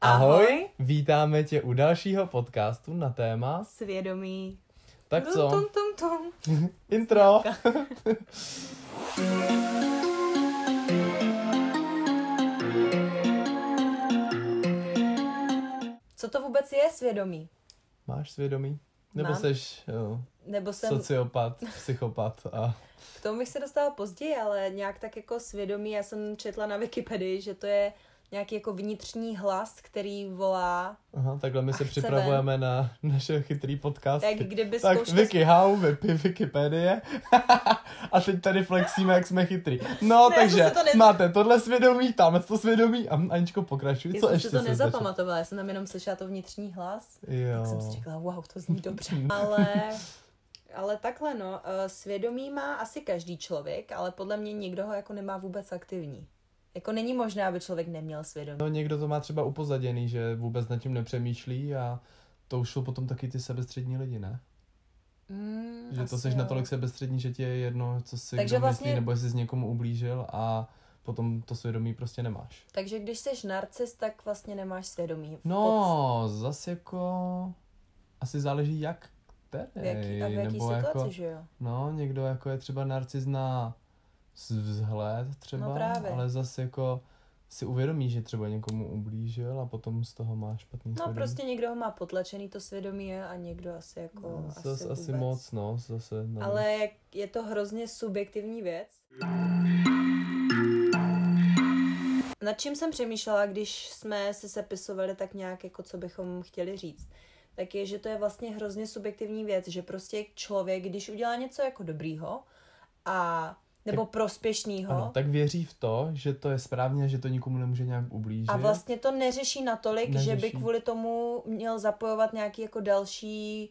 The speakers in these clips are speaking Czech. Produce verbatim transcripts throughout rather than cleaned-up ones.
Ahoj. Ahoj, vítáme tě u dalšího podcastu na téma Svědomí. Tak tum, co? Tum, tum, tum. Intro. Co to vůbec je svědomí? Máš svědomí? Nebo Mám. seš jo, Nebo jsem... sociopat, psychopat a... K tomu bych se dostala později, ale nějak tak jako svědomí, já jsem četla na Wikipedii, že to je nějaký jako vnitřní hlas, který volá. Aha, takhle my se připravujeme ven. na naše chytrý podcasty. Jak kdyby tak zkouška... Wiki how, Wiki, Wikipedie. A teď tady flexíme, jak jsme chytrý. No, ne, takže to ne... máte tohle svědomí, tamhle to svědomí. A Aničko, pokračuj, co já ještě jsem si to se nezapamatovala, já jsem tam jenom slyšela to vnitřní hlas. Jo. Tak jsem si říkala, wow, to zní dobře. ale... Ale takhle no, svědomí má asi každý člověk, ale podle mě nikdo ho jako nemá vůbec aktivní. Jako není možné, aby člověk neměl svědomí. No někdo to má třeba upozaděný, že vůbec nad tím nepřemýšlí a to už jsou potom taky ty sebestřední lidi, ne? Mm, že to seš jo. natolik sebestřední, že ti je jedno, co si Takže kdo vlastně... myslí, nebo jestli jsi někomu ublížil a potom to svědomí prostě nemáš. Takže když jsi narcis, tak vlastně nemáš svědomí. No, zase jako... Asi záleží jak který. V jaký, a v jaký nebo situaci, jako, že jo? No, někdo jako je třeba narcis na vzhled třeba, No právě. ale zase jako si uvědomí, že třeba někomu ublížil a potom z toho má špatný No svědomí. prostě někdo ho má potlačený to svědomí a někdo asi jako No, asi, zase vůbec. asi moc, no, zase. No. Ale jak je to hrozně subjektivní věc. Nad čím jsem přemýšlela, když jsme si sepisovali tak nějak, jako co bychom chtěli říct, tak je, že to je vlastně hrozně subjektivní věc, že prostě člověk, když udělá něco jako dobrýho a nebo tak, prospěšnýho. Ano, tak věří v to, že to je správně, že to nikomu nemůže nějak ublížit. A vlastně to neřeší natolik, neřeší. že by kvůli tomu měl zapojovat nějaký jako další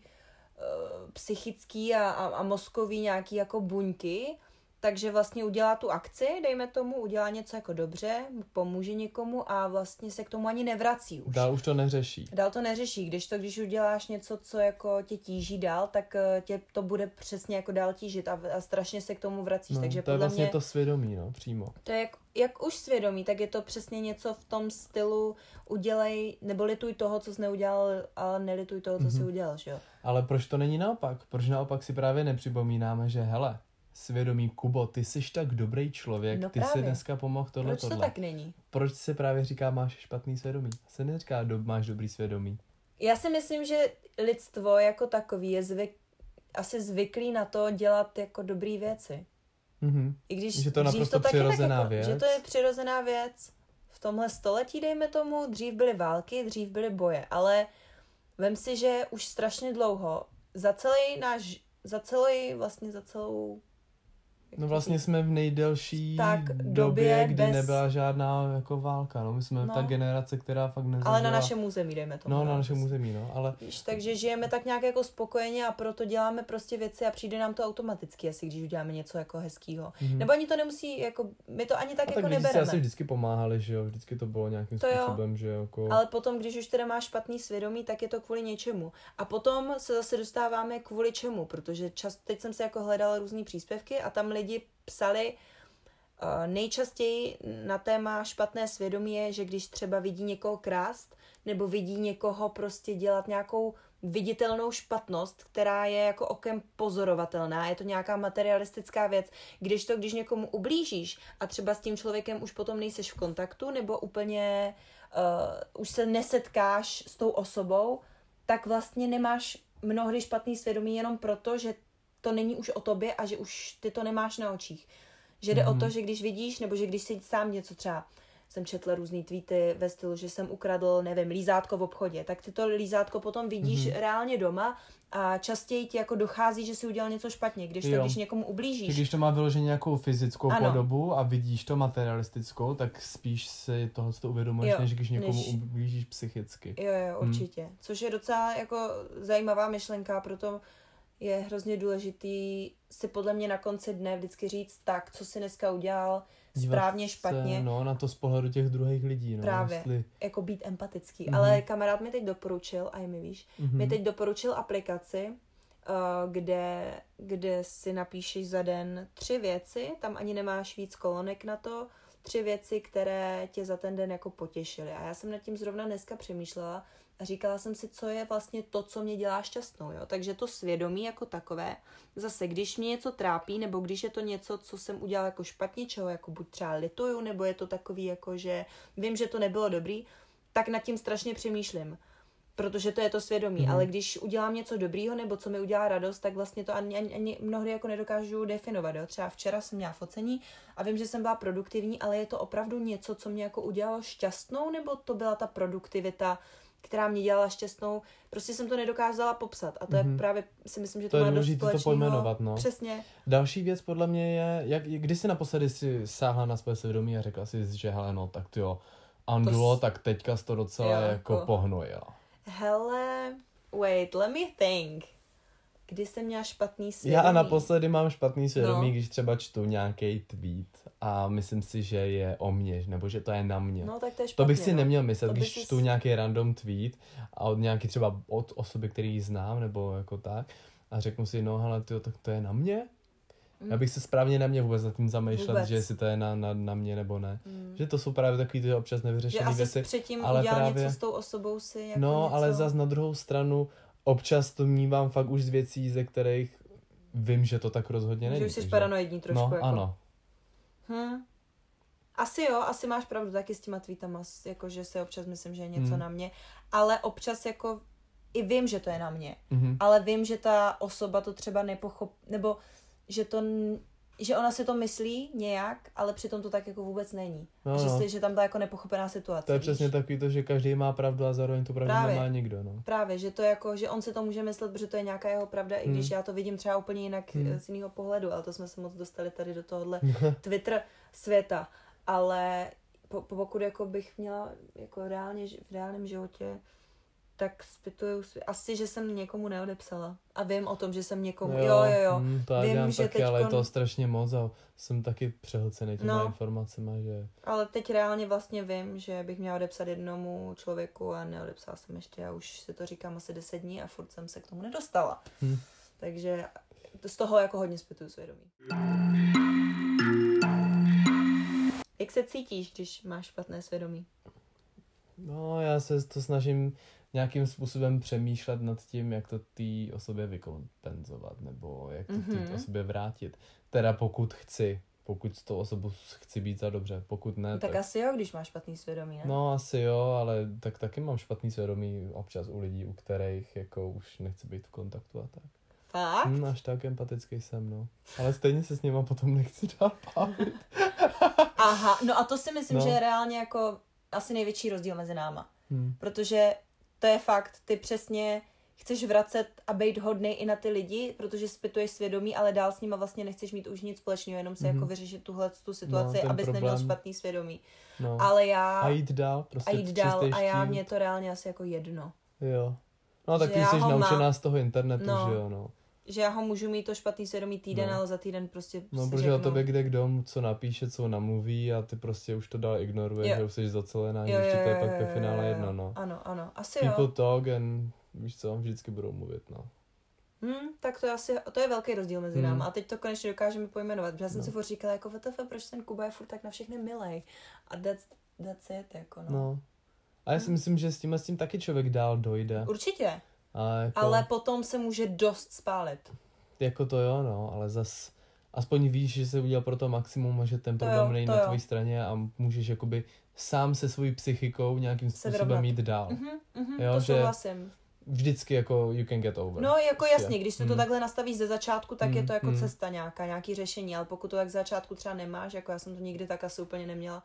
uh, psychický a, a, a mozkový nějaký jako buňky. Takže vlastně udělá tu akci, dejme tomu, udělá něco jako dobře, pomůže někomu a vlastně se k tomu ani nevrací už. Dál už to neřeší. Dál to neřeší, když to, když uděláš něco, co jako tě tíží dál, tak tě to bude přesně jako dál tížit a, a strašně se k tomu vracíš. No, Takže to je podle vlastně mě, to svědomí, no, přímo. To je jak, jak už svědomí, tak je to přesně něco v tom stylu udělej, nebo lituj toho, co jsi neudělal, ale nelituj toho, co mm-hmm. jsi udělal, že jo? Ale proč to není naopak? Proč naopak si právě nepřipomínáme, že hele, svědomí, Kubo, ty jsi tak dobrý člověk, no ty právě. si dneska pomohl tohle, Proč to tohle. tak není? Proč se právě říká, máš špatný svědomí? Se neříká, do, máš dobrý svědomí. Já si myslím, že lidstvo jako takový je zvyk, asi zvyklý na to dělat jako dobrý věci. Mm-hmm. I když že to je naprosto to přirozená jako, věc. Že to je přirozená věc. V tomhle století, dejme tomu, dřív byly války, dřív byly boje, ale vem si, že už strašně dlouho, za celý náš, za celý, vlastně za celou No vlastně jsme v nejdelší tak, době, době kdy bez... nebyla žádná jako válka, no. My jsme no. ta generace, která fakt nezažila... Ale na našem území, dejme tomu. No, na našem území, no, ale... Víš, takže žijeme tak nějak jako spokojeně a proto děláme prostě věci a přijde nám to automaticky, asi když uděláme něco jako hezkýho. Mm-hmm. Nebo ani to nemusí, jako, my to ani tak a jako tak nebereme. Tak asi vždycky pomáhali, že jo, vždycky to bylo nějakým to způsobem, jo. že jako... Ale potom, když už teda máš špatný svědomí, tak je to kvůli něčemu. A potom se zase dostáváme kvůli čemu, protože čas, teď jsem se jako hledala různý příspěvky a tam lidi psali, uh, nejčastěji na téma špatné svědomí je, že když třeba vidí někoho krást, nebo vidí někoho prostě dělat nějakou viditelnou špatnost, která je jako okem pozorovatelná, je to nějaká materialistická věc, když to, když někomu ublížíš a třeba s tím člověkem už potom nejseš v kontaktu, nebo úplně uh, už se nesetkáš s tou osobou, tak vlastně nemáš mnohdy špatný svědomí jenom proto, že to není už o tobě a že už ty to nemáš na očích. Že jde mm-hmm. o to, že když vidíš, nebo že když si sám něco třeba, jsem četla různý tweety ve stylu, že jsem ukradl, nevím, lízátko v obchodě, tak ty to lízátko potom vidíš mm-hmm. reálně doma a častěji ti jako dochází, že si udělal něco špatně, když to, když někomu ublížíš. Když to má vyloženě nějakou fyzickou ano. podobu a vidíš to materialistickou, tak spíš si tohle to uvědomuješ, než když někomu než... ublížíš psychicky. Jo, jo, určitě. Hmm. Což je docela jako zajímavá myšlenka, proto je hrozně důležitý si podle mě na konci dne vždycky říct tak, co si dneska udělal, správně, se, špatně. No, na to z pohledu těch druhých lidí. No, právě, jestli... jako být empatický. Mm-hmm. Ale kamarád mi teď doporučil, a je mi víš, mm-hmm. mi teď doporučil aplikaci, uh, kde, kde si napíšeš za den tři věci, tam ani nemáš víc kolonek na to, tři věci, které tě za ten den jako potěšily. A já jsem nad tím zrovna dneska přemýšlela a říkala jsem si, co je vlastně to, co mě dělá šťastnou. Jo? Takže to svědomí jako takové, zase když mě něco trápí, nebo když je to něco, co jsem udělala jako špatně, čeho jako buď třeba lituju, nebo je to takový jako, že vím, že to nebylo dobrý, tak nad tím strašně přemýšlím. Protože to je to svědomí, mm. ale když udělám něco dobrýho nebo co mi udělá radost, tak vlastně to ani, ani, ani mnohdy jako nedokážu definovat. Jo? Třeba včera jsem měla focení a vím, že jsem byla produktivní, ale je to opravdu něco, co mě jako udělalo šťastnou, nebo to byla ta produktivita, která mě dělala šťastnou. Prostě jsem to nedokázala popsat a to mm. je právě, si myslím, že to, to má dost společného. To pojmenovat, no. Přesně. Další věc podle mě je, jak, kdy jsi naposledy si sáhla na své svědomí a řekla si, že hele, no tak jo, Andulo, to... tak teďka to docela jo, jako oh. pohnu, jo. Hele, wait, let me think. Kdy jsem měla špatný svědomí? Já naposledy mám špatný svědomí, no. když třeba čtu nějaký tweet a myslím si, že je o mně, nebo že to je na mě. No, tak to je špatně, to bych si no. neměl myslet, to když jsi... čtu nějaký random tweet a od nějaký třeba od osoby, který znám, nebo jako tak, a řeknu si, no hele, tyjo, tak to je na mě? Mm. Já bych se správně na mě vůbec nad tím zamýšlet, vůbec. Že jestli to je na, na, na mě nebo ne. Mm. Že to jsou právě takový ty občas nevyřešené věci. Že asi předtím ale udělal právě... něco s tou osobou si jako No, něco... ale zas na druhou stranu občas to mívám fakt už z věcí, ze kterých vím, že to tak rozhodně není. Že už jsi paranoidní trošku. No, jako. ano. Hm. Asi jo, asi máš pravdu taky s těma tweetama, jako že si občas myslím, že je něco hmm. na mě, ale občas jako i vím, že to je na mě, mm-hmm. ale vím, že ta osoba to třeba nepochop, nebo že to, že ona si to myslí nějak, ale přitom to tak jako vůbec není. No, že, no. si, že tam byla jako nepochopená situace. To je víš? přesně takový to, že každý má pravdu a zároveň tu pravdu Právě. nemá nikdo, no. Právě, že to jako, že on si to může myslet, protože to je nějaká jeho pravda, hmm. i když já to vidím třeba úplně jinak hmm. z jiného pohledu, ale to jsme se moc dostali tady do tohohle Twitter světa. Ale po, pokud jako bych měla jako reálně, v reálném životě, tak zpytuju, asi, že jsem někomu neodepsala. A vím o tom, že jsem někomu, jo, jo, jo. jo. Mm, to já vím, dělám že taky, teďkon... ale je to strašně moc a jsem taky přehlcený těma no, informacemi, že... Ale teď reálně vlastně vím, že bych měla odepsat jednomu člověku a neodepsala jsem ještě a už si to říkám asi deset dní a furt jsem se k tomu nedostala. Hmm. Takže z toho jako hodně zpytuju svědomí. Jak se cítíš, když máš špatné svědomí? No, já se to snažím nějakým způsobem přemýšlet nad tím, jak to té osobě vykompenzovat, nebo jak to mm-hmm. té osobě vrátit. Teda pokud chci, pokud s tou osobou chci být za dobře, pokud ne, no, tak... Tak asi jo, když máš špatný svědomí, ne? No, asi jo, ale tak taky mám špatný svědomí občas u lidí, u kterých jako už nechci být v kontaktu a tak. Fakt? Hm, až tak empatický jsem, no. Ale stejně se s nima potom nechci dál bavit. Aha, no a to si myslím, no. že je reálně jako asi největší rozdíl mezi náma. Hmm. Protože to je fakt, ty přesně chceš vracet a být hodnej i na ty lidi, protože zpytuješ svědomí, ale dál s nima vlastně nechceš mít už nic společného, jenom se mm-hmm. jako vyřešit tuhle tu situaci, no, abys problém. Neměl špatný svědomí. No. Ale já... A jít dál, prostě A jít dál a já, mě to reálně asi jako jedno. Jo. No tak ty jsi naučená má... z toho internetu, no. že jo, no. Že já ho můžu mít to špatný svědomí týden, no. ale za týden prostě No, protože řeknu... o tobě kde kdo, co napíše, co namluví a ty prostě už to dál ignoruješ, že už jsi zacelená, že už ti to je pak ve finále jedno, no. Ano, ano, asi People jo. talk and víš co, vždycky budou mluvit, no. Hmm, tak to je asi, to je velký rozdíl mezi hmm. námi a teď to konečně dokážeme pojmenovat, protože já jsem no. si furt říkala, jako W T F, proč ten Kuba je furt tak na všechny milej a that's, that's it, jako no. no. A já si myslím, že s tím, s tím taky člověk dál dojde. Určitě, a jako... ale potom se může dost spálit. Jako to jo, no, ale zas aspoň víš, že se udělal pro to maximum a že ten problém není na tvojí straně a můžeš jakoby sám se svojí psychikou nějakým způsobem jít dál. Mm-hmm, mm-hmm, jo, to že souhlasím. Vždycky jako you can get over. No jako jasně, když si to mm. takhle nastavíš ze začátku, tak mm. je to jako mm. cesta nějaká, nějaký řešení, ale pokud to tak z začátku třeba nemáš, jako já jsem to nikdy tak asi úplně neměla.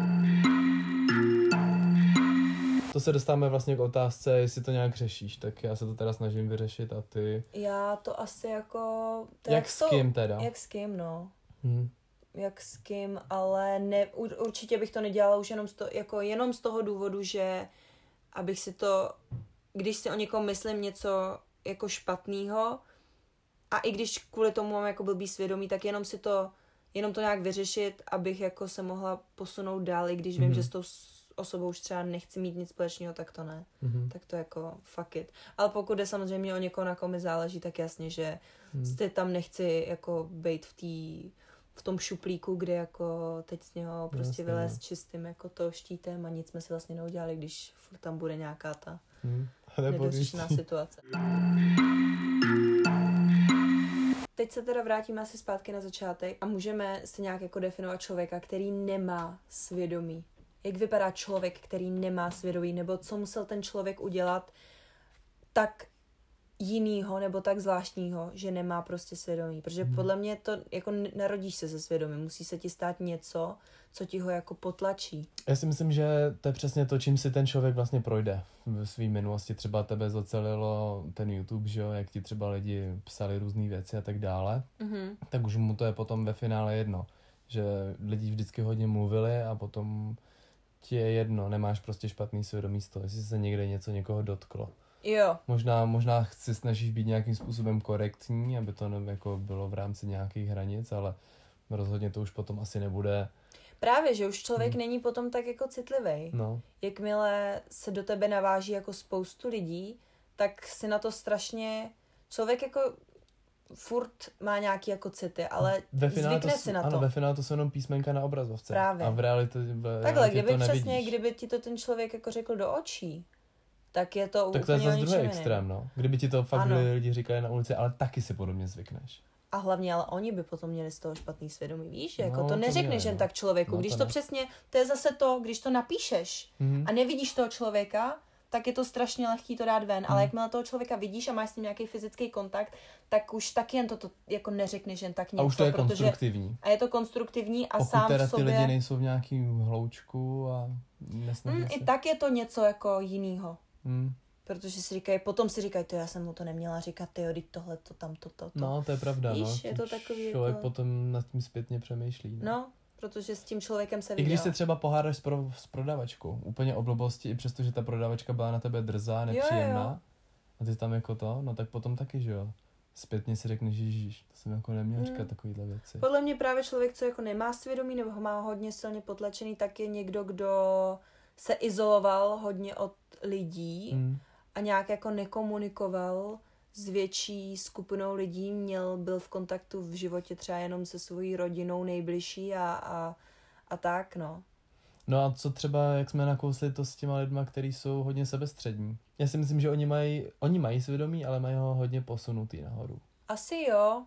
To se dostáváme vlastně k otázce, jestli to nějak řešíš, tak já se to teda snažím vyřešit a ty... Já to asi jako... To jak s kým teda? Jak s kým, no. Hmm. Jak s kým, ale ne, určitě bych to nedělala už jenom z, to, jako jenom z toho důvodu, že abych si to, když si o někom myslím něco jako špatného a i když kvůli tomu mám jako blbý svědomí, tak jenom si to, jenom to nějak vyřešit, abych jako se mohla posunout dál, i když mm-hmm. vím, že s tou osobou už třeba nechci mít nic společného, tak to ne. Mm-hmm. Tak to jako fuck it. Ale pokud jde samozřejmě o někoho, na koho mi záleží, tak jasně, že mm. tam nechci jako být v té v tom šuplíku, kde jako teď z něho prostě Jasně, vylez čistým jako to štítem a nic jsme si vlastně neudělali, když furt tam bude nějaká ta hmm. nedořešená situace. Teď se teda vrátíme asi zpátky na začátek a můžeme se nějak jako definovat člověka, který nemá svědomí. Jak vypadá člověk, který nemá svědomí, nebo co musel ten člověk udělat tak jinýho nebo tak zvláštního, že nemá prostě svědomí. Protože hmm. podle mě to jako narodíš se se svědomím, musí se ti stát něco, co ti ho jako potlačí. Já si myslím, že to je přesně to, čím si ten člověk vlastně projde v své minulosti. Třeba tebe zocelilo ten YouTube, že jo, jak ti třeba lidi psali různé věci a tak dále, Mm-hmm. tak už mu to je potom ve finále jedno. Že lidi vždycky hodně mluvili a potom ti je jedno, nemáš prostě špatný svědomí z toho, jestli se někde něco někoho dotklo. Jo. Možná, možná si snažíš být nějakým způsobem korektní, aby to ne, jako bylo v rámci nějakých hranic, ale rozhodně to už potom asi nebude. Právě, že už člověk hmm. není potom tak jako citlivý. No. Jakmile se do tebe naváží jako spoustu lidí, tak si na to strašně... Člověk jako furt má nějaký jako city, ale zvykne to, si na to. Ano, ve finále to jsou jenom písmenka na obrazovce. Právě. A v realitě, v realitě Takhle, kdyby to přesně, nevidíš. kdyby ti to ten člověk jako řekl do očí, tak je to tak to je úplně zase druhý jiným. extrém, no. Kdyby ti to fakt ano. lidi říkali na ulici, ale taky si podobně zvykneš. A hlavně, ale oni by potom měli z toho špatný svědomí, víš? Jako No, to neřekneš měli, jen no. tak člověku. No, Když to to ne. přesně, to je zase to, když to napíšeš Mhm. a nevidíš toho člověka, tak je to strašně lehký to dát ven. Mhm. Ale jakmile toho člověka vidíš a máš s ním nějaký fyzický kontakt, tak už taky jen to, to jako neřekneš jen tak něco. A už to je protože, konstruktivní. a je to konstruktivní a Pokud sám teda v sobě... ty lidi nejsou v nějakým hloučku a nesnaží mm, se. I tak je to něco jako jinýho. Hmm. Protože si říkají, potom si říkají, to já jsem mu to neměla říkat, tyjo, teď tohle, to tam, to, to, to. No, to je pravda, Víš, no. je to takový Člověk jako- potom nad tím zpětně přemýšlí. No. No, protože s tím člověkem se I viděl. když se třeba pohádáš s, pro, s prodavačkou, úplně o blbosti, i přesto, že ta prodavačka byla na tebe drzá, nepříjemná, Jo, jo. a ty tam jako to, no tak potom taky, že jo. Zpětně si řekneš, ježíš, to jsem jako neměl Hmm. říkat takovýhle věci. Podle mě právě člověk, co jako nemá svědomí nebo ho má hodně silně potlačený, tak je někdo, kdo se izoloval hodně od lidí Hmm. a nějak jako nekomunikoval s větší skupinou lidí, měl, byl v kontaktu v životě třeba jenom se svojí rodinou nejbližší a, a, a tak, no. No a co třeba, jak jsme nakousli to s těma lidma, kteří jsou hodně sebestřední. Já si myslím, že oni mají, oni mají svědomí, ale mají ho hodně posunutý nahoru. Asi jo.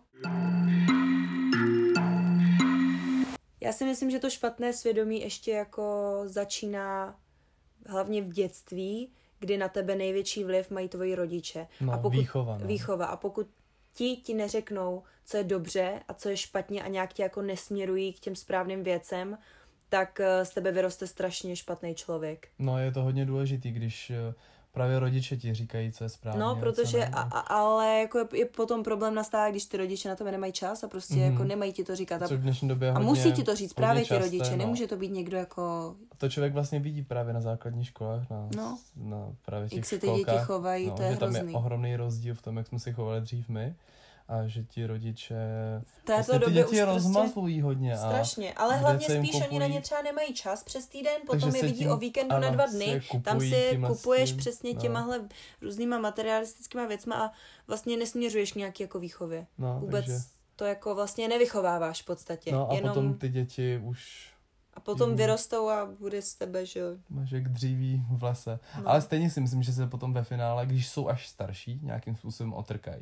Já si myslím, že to špatné svědomí ještě jako začíná hlavně v dětství, kdy na tebe největší vliv mají tvoji rodiče. No, a pokud, výchova, no. Výchova. A pokud ti ti neřeknou, co je dobře a co je špatně a nějak tě jako nesměrují k těm správným věcem, tak eh, z tebe vyroste strašně špatný člověk. No je to hodně důležitý, když eh, právě rodiče ti říkají, co je správně. No, a co protože, ne, a, no. a, ale jako je, je potom problém nastává, když ty rodiče na tebe nemají čas a prostě Mhm. jako nemají ti to říkat. A, Což v dnešní době je a hodně, musí ti to říct hodně právě ti časté, rodiče, no. nemůže to být někdo jako, To člověk vlastně vidí právě na základních školách, na, No. na právě těch jak se ty školkách. děti chovají, No, to je že tam hrozný. je ohromný rozdíl v tom, jak jsme si chovali dřív my a že ti rodiče V této vlastně ty době děti už rozmazlují hodně. A strašně, ale kde hlavně se jim spíš oni kupují- na ně třeba nemají čas přes týden, potom Takže je se vidí tím- o víkendu ano, na dva si dny, je tam kupují si tímhle s kupuješ tím, přesně no. těmahle různýma materialistickýma věcma a vlastně nesměřuješ k nějaký jako výchově. No, Vůbec takže, to jako vlastně nevychováváš v podstatě. no a Jenom, potom ty děti už a potom Mhm. vyrostou a bude z tebe, že jo. máš jak dříví v lese. No. Ale stejně si myslím, že se potom ve finále, když jsou až starší, nějakým způsobem otrkají.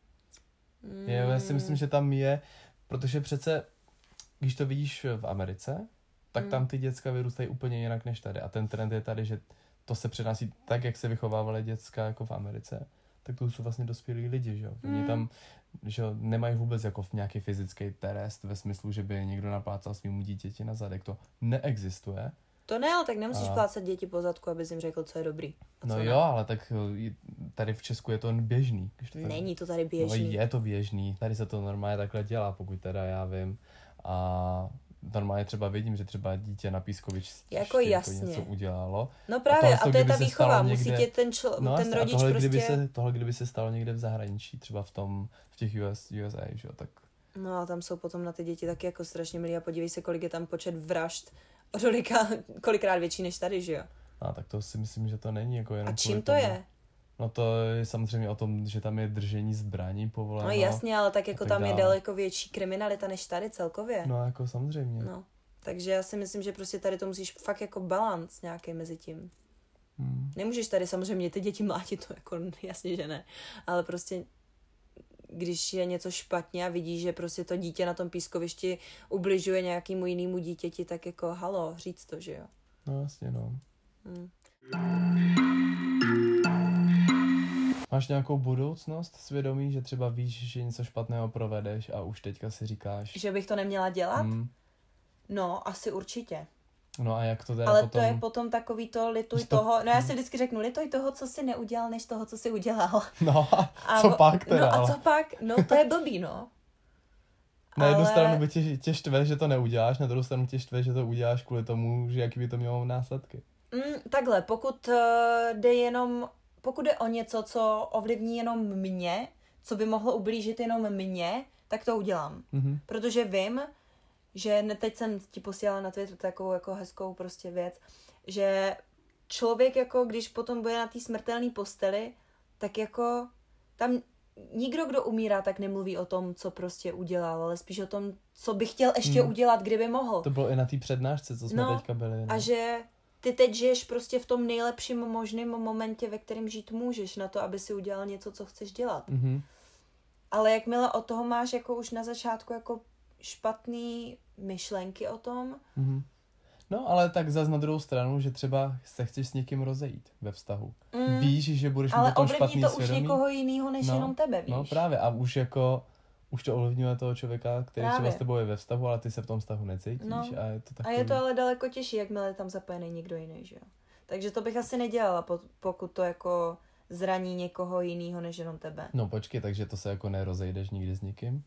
Mm. Je, já si myslím, že tam je, protože přece, když to vidíš v Americe, tak Mm. tam ty děcka vyrůstají úplně jinak než tady. A ten trend je tady, že to se přenáší tak, jak se vychovávaly děcka jako v Americe, tak to jsou vlastně dospělí lidi, že jo. Oni Mm. tam že jo, nemají vůbec jako nějaký fyzický terest ve smyslu, že by někdo naplácal svýmu dítěti na zadek. To neexistuje. To ne, ale tak nemusíš A- plácat děti po zadku, abys jim řekl, co je dobrý. A co No ne. jo, ale tak eh, tady v Česku je to běžný. Když to tady- Není to tady No, běžný. je to běžný, tady se to normálně takhle dělá, pokud teda já vím. A normálně třeba vidím, že třeba dítě na pískovišti Jako jasně. něco udělalo. No právě, tohle, a to je kdyby ta se výchova, stalo musí někde- tě ten, člo, No ten jasně, rodič a tohle, prostě... kdyby se, tohle kdyby se stalo někde v zahraničí, třeba v tom, v těch U S, U S A, že jo, tak No a tam jsou potom na ty děti taky jako strašně milí a podívej se, kolik je tam počet vražd o tolika, kolikrát větší než tady, že jo? a tak to si myslím, že to není jako jenom A kvůli čím to tomu. je? No to je samozřejmě o tom, že tam je držení zbraní povoleno. No jasně, ale tak jako tak tam dál. je daleko větší kriminalita než tady celkově. No jako samozřejmě. No, takže já si myslím, že prostě tady to musíš fakt jako balans nějaký mezi tím. Hmm. Nemůžeš tady samozřejmě ty děti mlátit, to jako jasně, že ne. Ale prostě když je něco špatně a vidíš, že prostě to dítě na tom pískovišti ubližuje nějakému jinému dítěti, tak jako halo, říct to, že jo. No jasně, no. Hmm. Máš nějakou budoucnost svědomí, že třeba víš, že něco špatného provedeš a už teďka si říkáš... Že bych to neměla dělat? Hmm. No, asi určitě. No a jak to teda Ale potom... to je potom takový to lituj to... toho, no já si vždycky řeknu lituj toho, co si neudělal, než toho, co si udělal. No a co a, pak teda? No a ale... co pak? No to je blbý, no. Na jednu ale... stranu by tě, tě štve, že to neuděláš, na druhou stranu tě štve, že to uděláš kvůli tomu, že jaký by to mělo následky. Mm, takhle, pokud uh, jde jenom, pokud jde o něco, co ovlivní jenom mě, co by mohlo ublížit jenom mě, tak to udělám. Mm-hmm. Protože vím, že ne, teď jsem ti posílala na Twitteru takovou jako hezkou prostě věc, že člověk jako, když potom bude na té smrtelné posteli, tak jako tam nikdo, kdo umírá, tak nemluví o tom, co prostě udělal, ale spíš o tom, co by chtěl ještě mm. udělat, kdyby mohl. To bylo i na té přednášce, co jsme no, teďka byli. No. A že ty teď žiješ prostě v tom nejlepším možným momentě, ve kterém žít můžeš, na to, aby si udělal něco, co chceš dělat. Mm-hmm. Ale jakmile od toho máš jako už na začátku jako špatný myšlenky o tom. Mm-hmm. No, ale tak zas na druhou stranu, že třeba se chceš s někým rozejít ve vztahu. Mm. Víš, že budeš mít o tom špatný svědomí. Ale ovlivní to už někoho jiného, než no, jenom tebe, víš. No právě a už jako, už to ovlivňuje toho člověka, který právě. Třeba s tebou je ve vztahu, ale ty se v tom vztahu necítíš. No. A je to takový... A je to ale daleko těžší, jakmile je tam zapojený někdo jiný, že jo. Takže to bych asi nedělala, pokud to jako zraní někoho jiného, než jenom tebe. No počkej, takže to se jako nerozejdeš nikdy s nikým?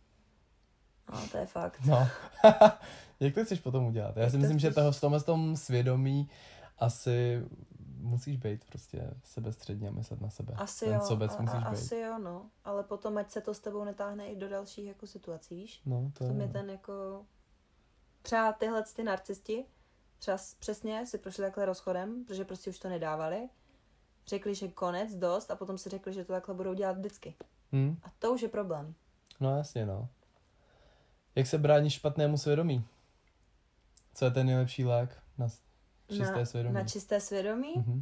No, to je fakt. No, jak to chceš potom udělat? Já Jak si myslím, chceš? Že toho v tomhle tom svědomí asi musíš být prostě sebestředně a myslet na sebe. Asi Ten jo, sobec a, musíš a, být. asi jo, no. Ale potom, ať se to s tebou netáhne i do dalších jako situací, víš? No, to, to je ten jako... Třeba tyhle ty narcisti, třeba přesně si prošli takhle rozchodem, protože prostě už to nedávali. Řekli, že konec, dost a potom si řekli, že to takhle budou dělat vždycky. Hmm. A to už je problém. No jasně, no. Jak se bránit špatnému svědomí? Co je ten nejlepší lék na čisté na, svědomí? Na čisté svědomí? Mm-hmm.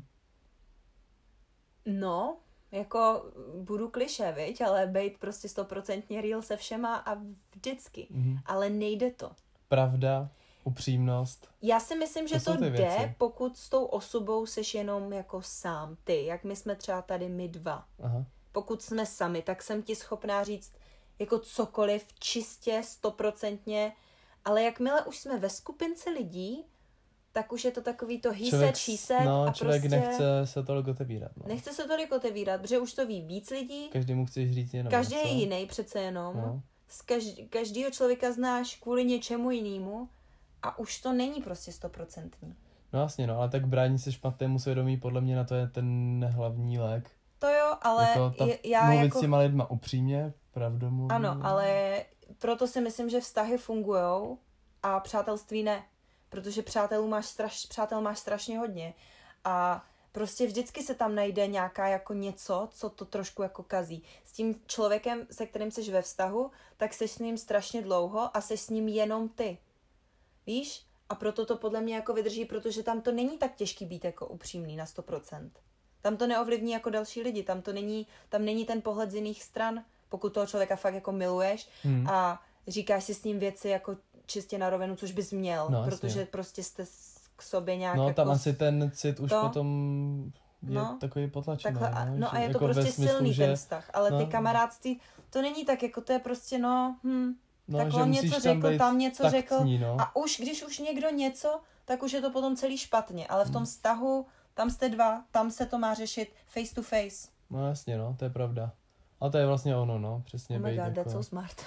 No, jako budu klišé, viď, ale bejt prostě stoprocentně real se všema a vždycky. Mm-hmm. Ale nejde to. Pravda, upřímnost. Já si myslím, že to, to jde, věci. Pokud s tou osobou seš jenom jako sám ty, jak my jsme třeba tady my dva. Aha. Pokud jsme sami, tak jsem ti schopná říct jako cokoliv, čistě, stoprocentně, ale jakmile už jsme ve skupince lidí, tak už je to takový to he said, she said no, a člověk prostě... nechce se tolik otevírat. No. Nechce se tolik otevírat, protože už to ví víc lidí. Každému chceš říct jenom Každý něco. je jiný přece jenom. No. Z každý, každýho člověka znáš kvůli něčemu jinému a už to není prostě stoprocentní. No jasně, no, ale tak brání se špatnému svědomí, podle mě na to je ten hlavní lék. To jo, ale jako ta, já mluvit jako... s těma lidma upřímně, pravdu mluvím. Ano, ale proto si myslím, že vztahy fungujou a přátelství ne. Protože přátelů máš straš, přátel máš strašně hodně. A prostě vždycky se tam najde nějaká jako něco, co to trošku jako kazí. S tím člověkem, se kterým jsi ve vztahu, tak jsi s ním strašně dlouho a jsi s ním jenom ty. Víš? A proto to podle mě jako vydrží, protože tam to není tak těžký být jako upřímný na sto procent. Tam to neovlivní jako další lidi, tam to není, tam není ten pohled z jiných stran, pokud toho člověka fakt jako miluješ hmm. a říkáš si s ním věci jako čistě na rovinu, což bys měl, no, protože jasně. Prostě jste k sobě nějak no, jako... tam asi ten cit už to, potom je no, takový potlačený. Takhle, no, no a je jako to prostě smyslu, silný že... ten vztah, ale no, ty kamarádství, to není tak, jako to je prostě no, hm, no, tak on něco řekl, tam, tam něco taktní, řekl no. a už, když už někdo něco, tak už je to potom celý špatně, ale v tom vztahu, tam jste dva, tam se to má řešit face to face. No jasně, no, to je pravda. A to je vlastně ono, no, přesně. Oh my god, jako... that's so smart.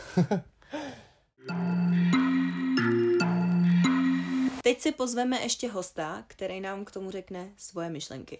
Teď si pozveme ještě hosta, který nám k tomu řekne svoje myšlenky.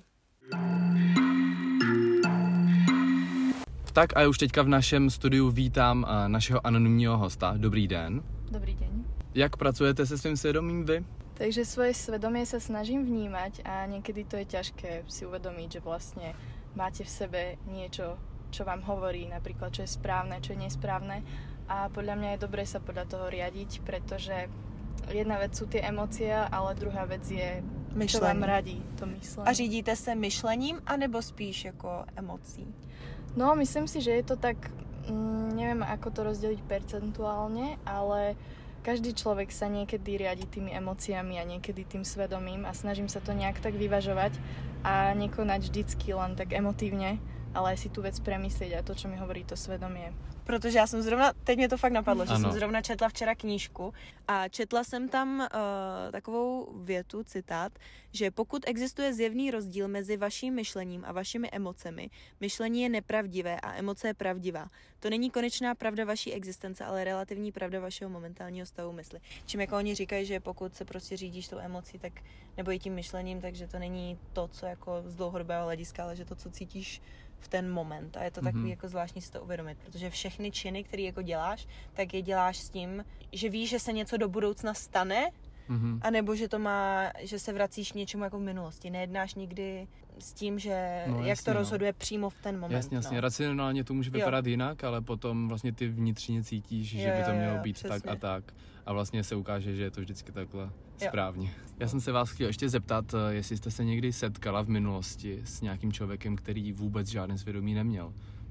Tak a už teďka v našem studiu vítám našeho anonymního hosta. Dobrý den. Dobrý den. Jak pracujete se svým svědomím vy? Takže svoje svedomie sa snažím vnímať a niekedy to je ťažké si uvedomiť, že vlastne máte v sebe niečo, čo vám hovorí, napríklad čo je správne, čo je nesprávne a podľa mňa je dobré sa podľa toho riadiť, pretože jedna vec sú tie emócie, ale druhá vec je, myšlení. Čo vám radí to myslenie. A řídíte se myšlením, anebo spíš jako emocí? No, myslím si, že je to tak, mm, neviem ako to rozdeliť percentuálne, ale každý človek sa niekedy riadi tými emóciami a niekedy tým svedomím a snažím sa to nejak tak vyvažovať a nekonať vždycky len tak emotívne, ale aj si tu vec premyslieť a to, čo mi hovorí to svedomie. Protože já jsem zrovna, teď mě to fakt napadlo, že ano. jsem zrovna četla včera knížku a četla jsem tam uh, takovou větu, citát, že pokud existuje zjevný rozdíl mezi vaším myšlením a vašimi emocemi, myšlení je nepravdivé a emoce je pravdivá. To není konečná pravda vaší existence, ale relativní pravda vašeho momentálního stavu mysli. Čím jako oni říkají, že pokud se prostě řídíš tou emocí, tak nebo i tím myšlením, takže to není to, co jako z dlouhodobého hlediska, ale že to, co cítíš v ten moment. A je to takový mm-hmm. jako zvláštní si to uvědomit, protože všechny činy, které jako děláš, tak je děláš s tím, že víš, že se něco do budoucna stane, mm-hmm. anebo že to má, že se vracíš k něčemu jako v minulosti. Nejednáš nikdy s tím, že no, jak jasně, to rozhoduje no. přímo v ten moment. Jasně, jasně. No. Racionálně to může vypadat jo. jinak, ale potom vlastně ty vnitřně cítíš, jo, že by to jo, mělo jo, být přesně. tak a tak. A vlastně se ukáže, že je to vždycky takhle jo. správně. Já jsem se vás chtěl ještě zeptat, jestli jste se někdy setkala v minulosti s nějakým člověkem, který vůbec žádné svědomí neměl.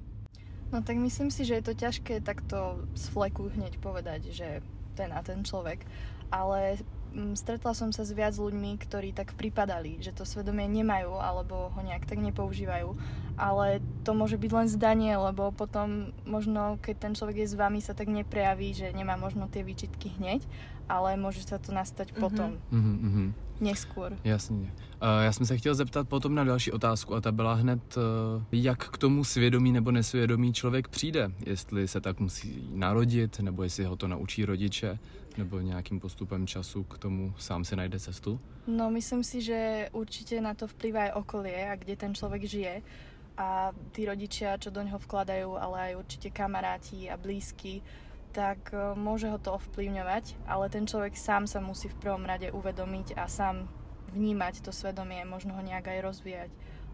No tak myslím si, že je to ťažké takto z fleku hneď povedať, že ten a ten človek. Ale stretla som sa s viac ľuďmi, ktorí tak pripadali, že to svedomie nemajú alebo ho nejak tak nepoužívajú. Ale to môže byť len zdanie, lebo potom možno, keď ten človek je s vami, sa tak neprejaví, že nemá možno tie výčitky hneď, ale môže sa to nastať mm-hmm. potom. Mm-hmm. Neskôr. Jasně. Já jsem se chtěl zeptat potom na další otázku a ta byla hned, jak k tomu svědomí nebo nesvědomí člověk přijde. Jestli se tak musí narodit, nebo jestli ho to naučí rodiče, nebo nějakým postupem času k tomu sám se najde cestu? No myslím si, že určite na to vplýva aj okolie a kde ten človek žije. A tí rodičia, čo do neho vkladajú, ale aj určite kamaráti a blízky, tak môže ho to ovplyvňovať, ale ten človek sám sa musí v prvom rade uvedomiť a sám vnímať to svedomie, možno ho nejak aj rozvíjať.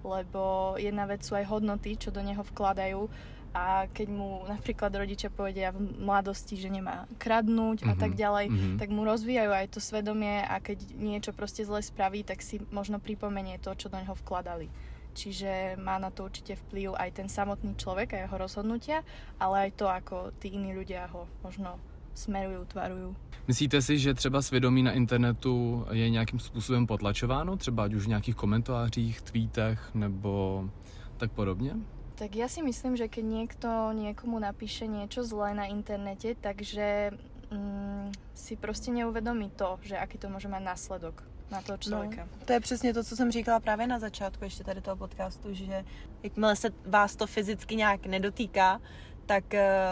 Lebo jedna vec sú aj hodnoty, čo do neho vkladajú a keď mu napríklad rodičia povedia v mladosti, že nemá kradnúť mm-hmm. a tak ďalej, mm-hmm. tak mu rozvíjajú aj to svedomie a keď niečo proste zle spraví, tak si možno pripomenie to, čo do neho vkladali. Čiže má na to určite vplyv aj ten samotný človek a jeho rozhodnutia, ale aj to, ako tí iní ľudia ho možno smerujú, tvarujú. Myslíte si, že třeba svědomí na internetu je nějakým způsobem potlačováno? Třeba ať už v nějakých komentářích, tweetech nebo tak podobně? Tak ja si myslím, že keď niekto niekomu napíše niečo zlé na internete, takže mm, si prostě neuvedomí to, že aký to může mít následok na toho člověka. No, to je přesně to, co jsem říkala právě na začátku ještě tady toho podcastu, že jakmile se vás to fyzicky nějak nedotýká, tak,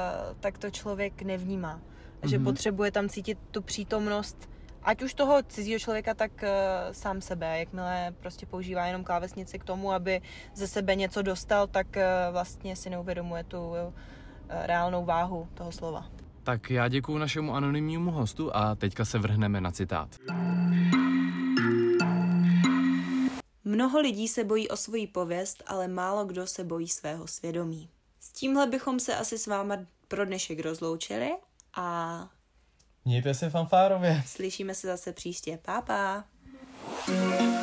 tak to člověk nevnímá. Mm-hmm. Že potřebuje tam cítit tu přítomnost, ať už toho cizího člověka, tak uh, sám sebe. Jakmile prostě používá jenom klávesnici k tomu, aby ze sebe něco dostal, tak uh, vlastně si neuvědomuje tu uh, reálnou váhu toho slova. Tak já děkuju našemu anonymnímu hostu a teďka se vrhneme na citát. Mnoho lidí se bojí o svoji pověst, ale málo kdo se bojí svého svědomí. S tímhle bychom se asi s váma pro dnešek rozloučili a mějte se fanfárově. Slyšíme se zase příště. Pá, pá.